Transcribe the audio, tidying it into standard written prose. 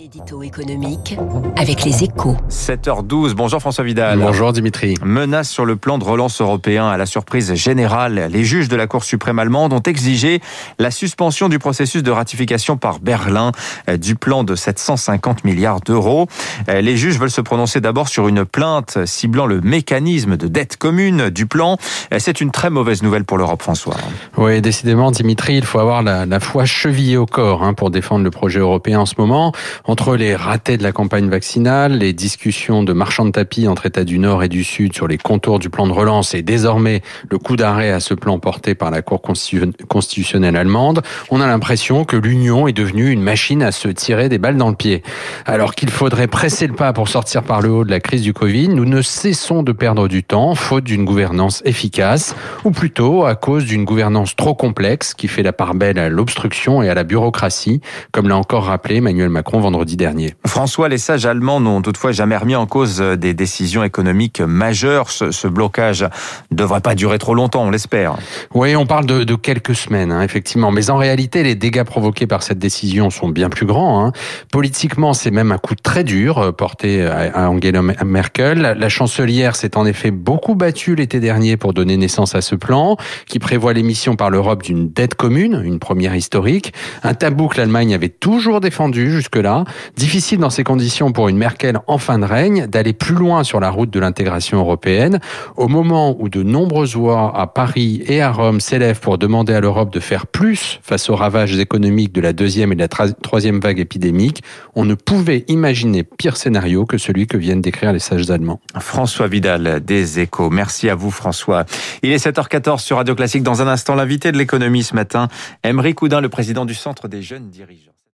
L'édito économique avec les Échos. 7h12, bonjour François Vidal. Bonjour Dimitri. Menace sur le plan de relance européen. À la surprise générale, les juges de la Cour suprême allemande ont exigé la suspension du processus de ratification par Berlin du plan de 750 milliards d'euros. Les juges veulent se prononcer d'abord sur une plainte ciblant le mécanisme de dette commune du plan. C'est une très mauvaise nouvelle pour l'Europe, François. Oui, décidément Dimitri, il faut avoir la foi chevillée au corps pour défendre le projet européen en ce moment. Entre les ratés de la campagne vaccinale, les discussions de marchands de tapis entre États du Nord et du Sud sur les contours du plan de relance et désormais le coup d'arrêt à ce plan porté par la Cour constitutionnelle allemande, on a l'impression que l'Union est devenue une machine à se tirer des balles dans le pied. Alors qu'il faudrait presser le pas pour sortir par le haut de la crise du Covid, nous ne cessons de perdre du temps, faute d'une gouvernance efficace, ou plutôt à cause d'une gouvernance trop complexe qui fait la part belle à l'obstruction et à la bureaucratie, comme l'a encore rappelé Emmanuel Macron vendredi dernier. François, les sages allemands n'ont toutefois jamais remis en cause des décisions économiques majeures. Ce blocage ne devrait pas durer trop longtemps, on l'espère. Oui, on parle de quelques semaines, effectivement. Mais en réalité, les dégâts provoqués par cette décision sont bien plus grands. Politiquement, c'est même un coup très dur porté à Angela Merkel. La chancelière s'est en effet beaucoup battue l'été dernier pour donner naissance à ce plan, qui prévoit l'émission par l'Europe d'une dette commune, une première historique. Un tabou que l'Allemagne avait toujours défendu jusque-là. Difficile dans ces conditions pour une Merkel en fin de règne d'aller plus loin sur la route de l'intégration européenne. Au moment où de nombreuses voix à Paris et à Rome s'élèvent pour demander à l'Europe de faire plus face aux ravages économiques de la deuxième et de la troisième vague épidémique, on ne pouvait imaginer pire scénario que celui que viennent d'écrire les sages allemands. François Vidal des Échos. Merci à vous François. Il est 7h14 sur Radio Classique. Dans un instant, l'invité de l'économie ce matin, Aymeric Oudin, le président du Centre des jeunes dirigeants.